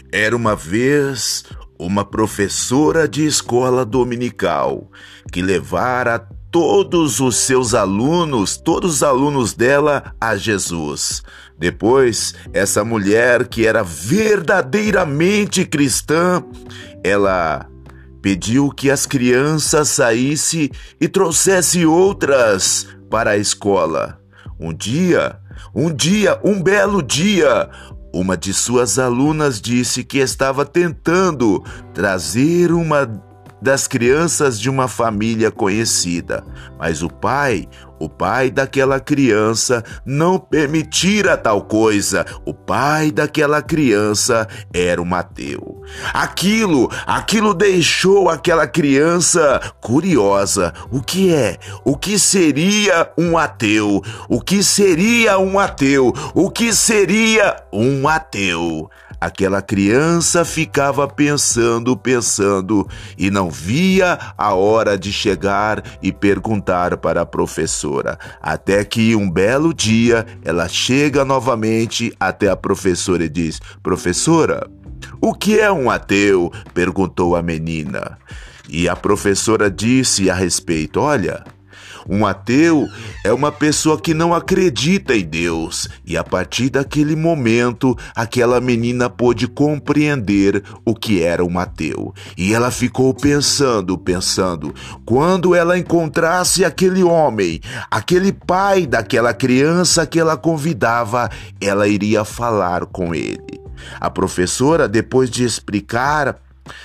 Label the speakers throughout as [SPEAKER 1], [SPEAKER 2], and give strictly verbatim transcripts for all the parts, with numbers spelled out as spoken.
[SPEAKER 1] Era uma vez uma professora de escola dominical que levara todos os seus alunos, todos os alunos dela a Jesus. Depois, essa mulher que era verdadeiramente cristã, ela pediu que as crianças saíssem e trouxessem outras para a escola. Um dia, um dia, um belo dia, uma de suas alunas disse que estava tentando trazer uma das crianças de uma família conhecida, mas o pai, o pai daquela criança não permitira tal coisa. O pai daquela criança era o Mateu. Aquilo, aquilo deixou aquela criança curiosa. O que é? O que seria um ateu? O que seria um ateu? O que seria um ateu? Aquela criança ficava pensando, pensando e não via a hora de chegar e perguntar para a professora. Até que um belo dia ela chega novamente até a professora e diz: "Professora, o que é um ateu?", perguntou a menina. E a professora disse a respeito: "Olha, um ateu é uma pessoa que não acredita em Deus." E a partir daquele momento, aquela menina pôde compreender o que era um ateu. E ela ficou pensando, pensando, quando ela encontrasse aquele homem, aquele pai daquela criança que ela convidava, ela iria falar com ele. A professora, depois de explicar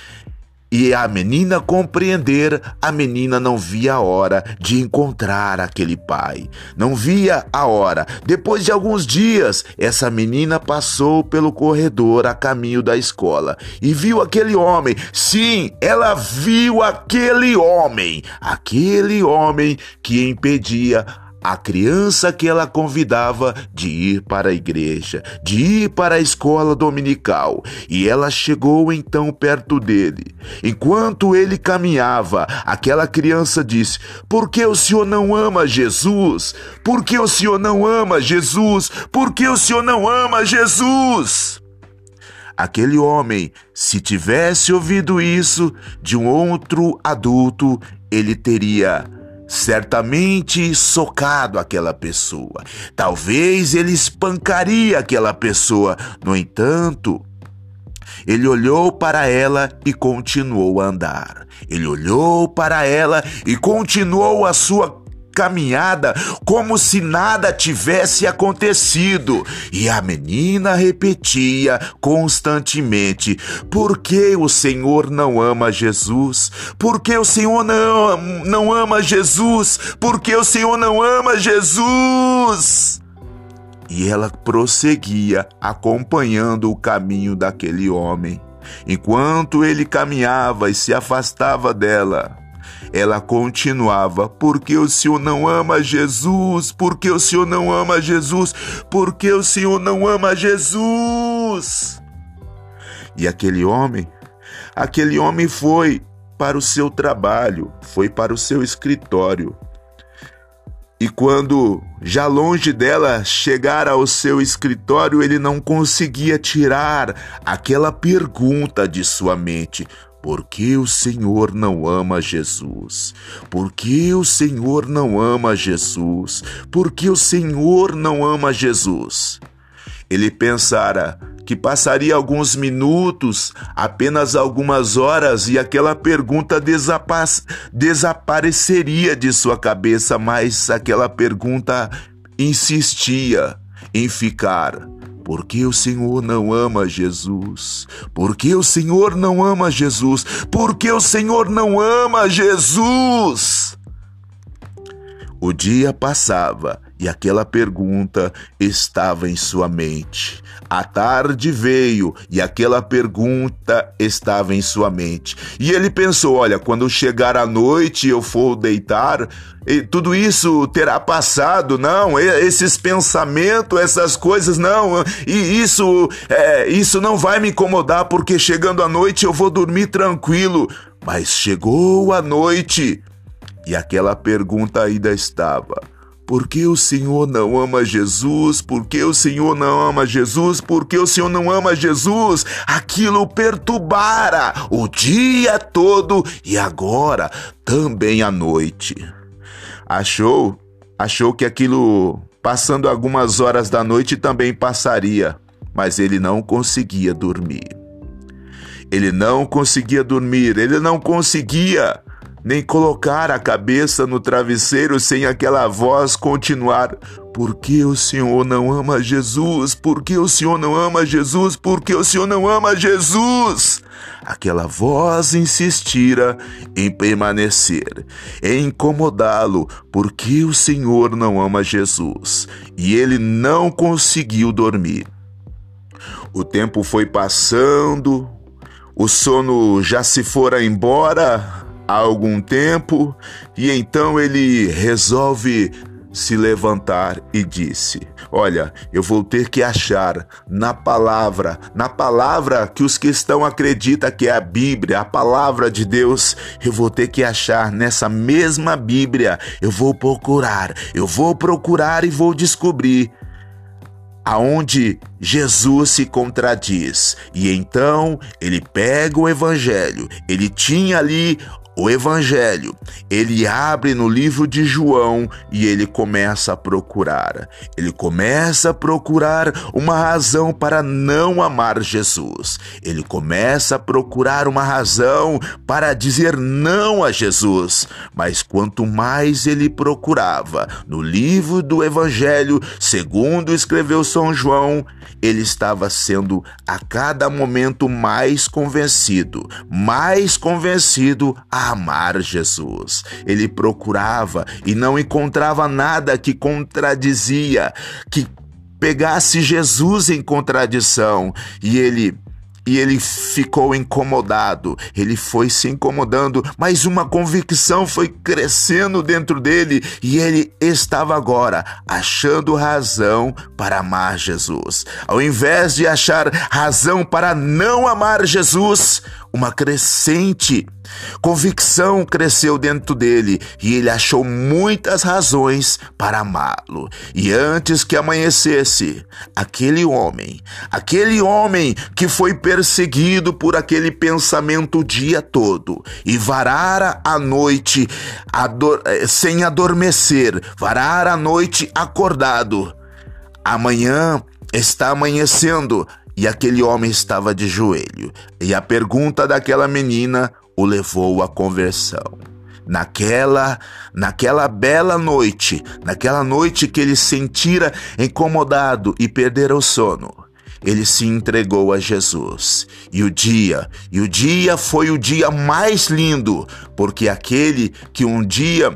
[SPEAKER 1] e a menina compreender, a menina não via a hora de encontrar aquele pai. Não via a hora. Depois de alguns dias, essa menina passou pelo corredor a caminho da escola e viu aquele homem. Sim, ela viu aquele homem. Aquele homem que impedia a criança que ela convidava de ir para a igreja, de ir para a escola dominical. E ela chegou então perto dele. Enquanto ele caminhava, aquela criança disse: "Por que o senhor não ama Jesus? Por que o senhor não ama Jesus? Por que o senhor não ama Jesus?" Aquele homem, se tivesse ouvido isso de um outro adulto, ele teria certamente socado aquela pessoa. Talvez ele espancaria aquela pessoa. No entanto, ele olhou para ela e continuou a andar. Ele olhou para ela e continuou a sua caminhada como se nada tivesse acontecido. E a menina repetia constantemente: "Por que o Senhor não ama Jesus? Por que o Senhor não, não ama Jesus? Por que o Senhor não ama Jesus?" E ela prosseguia acompanhando o caminho daquele homem. Enquanto ele caminhava e se afastava dela, ela continuava: "Por que o Senhor não ama Jesus? Por que o Senhor não ama Jesus? Por que o Senhor não ama Jesus?" E aquele homem, aquele homem foi para o seu trabalho, foi para o seu escritório. E quando, já longe dela, chegar ao seu escritório, ele não conseguia tirar aquela pergunta de sua mente: "Por que o Senhor não ama Jesus? Por que o Senhor não ama Jesus? Por que o Senhor não ama Jesus?" Ele pensara que passaria alguns minutos, apenas algumas horas, e aquela pergunta desapa- desapareceria de sua cabeça, mas aquela pergunta insistia em ficar. Por que o Senhor não ama Jesus? Por que o Senhor não ama Jesus? Por que o Senhor não ama Jesus? O dia passava e aquela pergunta estava em sua mente. A tarde veio e aquela pergunta estava em sua mente. E ele pensou: olha, quando chegar a noite e eu for deitar, tudo isso terá passado. Não, esses pensamentos, essas coisas, não. E isso, é, isso não vai me incomodar, porque chegando a noite eu vou dormir tranquilo. Mas chegou a noite e aquela pergunta ainda estava. Por que o Senhor não ama Jesus? Por que o Senhor não ama Jesus? Por que o Senhor não ama Jesus? Aquilo perturbara o dia todo e agora também à noite. Achou, achou que aquilo, passando algumas horas da noite, também passaria, mas ele não conseguia dormir. Ele não conseguia dormir, ele não conseguia nem colocar a cabeça no travesseiro sem aquela voz continuar: por que o Senhor não ama Jesus? Por que o Senhor não ama Jesus? Por que o Senhor não ama Jesus? Aquela voz insistira em permanecer, em incomodá-lo, porque o Senhor não ama Jesus, e ele não conseguiu dormir. O tempo foi passando, o sono já se fora embora há algum tempo, e então ele resolve se levantar e disse: olha, eu vou ter que achar na palavra, na palavra que os cristãos acreditam que é a Bíblia, a palavra de Deus, eu vou ter que achar nessa mesma Bíblia, eu vou procurar, eu vou procurar e vou descobrir aonde Jesus se contradiz. E então ele pega o Evangelho, ele tinha ali o Evangelho, ele abre no livro de João e ele começa a procurar. Ele começa a procurar uma razão para não amar Jesus. Ele começa a procurar uma razão para dizer não a Jesus. Mas quanto mais ele procurava no livro do Evangelho, segundo escreveu São João, ele estava sendo a cada momento mais convencido, mais convencido a amar Jesus. Ele procurava e não encontrava nada que contradizia, que pegasse Jesus em contradição, e ele E ele ficou incomodado, ele foi se incomodando, mas uma convicção foi crescendo dentro dele e ele estava agora achando razão para amar Jesus. Ao invés de achar razão para não amar Jesus, uma crescente convicção cresceu dentro dele e ele achou muitas razões para amá-lo. E antes que amanhecesse, aquele homem, aquele homem que foi perseguido por aquele pensamento o dia todo e varara a noite ador- sem adormecer, varara a noite acordado, amanhã está amanhecendo. E aquele homem estava de joelho, e a pergunta daquela menina o levou à conversão. Naquela, naquela bela noite, naquela noite que ele sentira incomodado e perdera o sono, ele se entregou a Jesus. E o dia, e o dia foi o dia mais lindo, porque aquele que um dia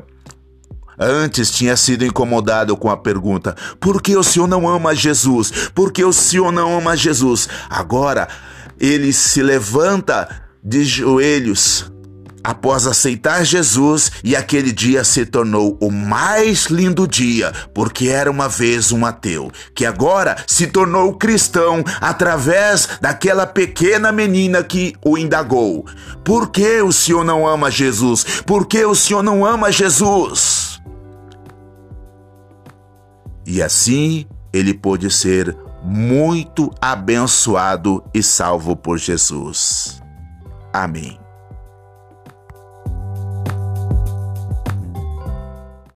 [SPEAKER 1] antes tinha sido incomodado com a pergunta: por que o Senhor não ama Jesus? Por que o Senhor não ama Jesus? Agora ele se levanta de joelhos após aceitar Jesus, e aquele dia se tornou o mais lindo dia, porque era uma vez um ateu, que agora se tornou cristão através daquela pequena menina que o indagou: por que o Senhor não ama Jesus? Por que o Senhor não ama Jesus? E assim ele pôde ser muito abençoado e salvo por Jesus. Amém.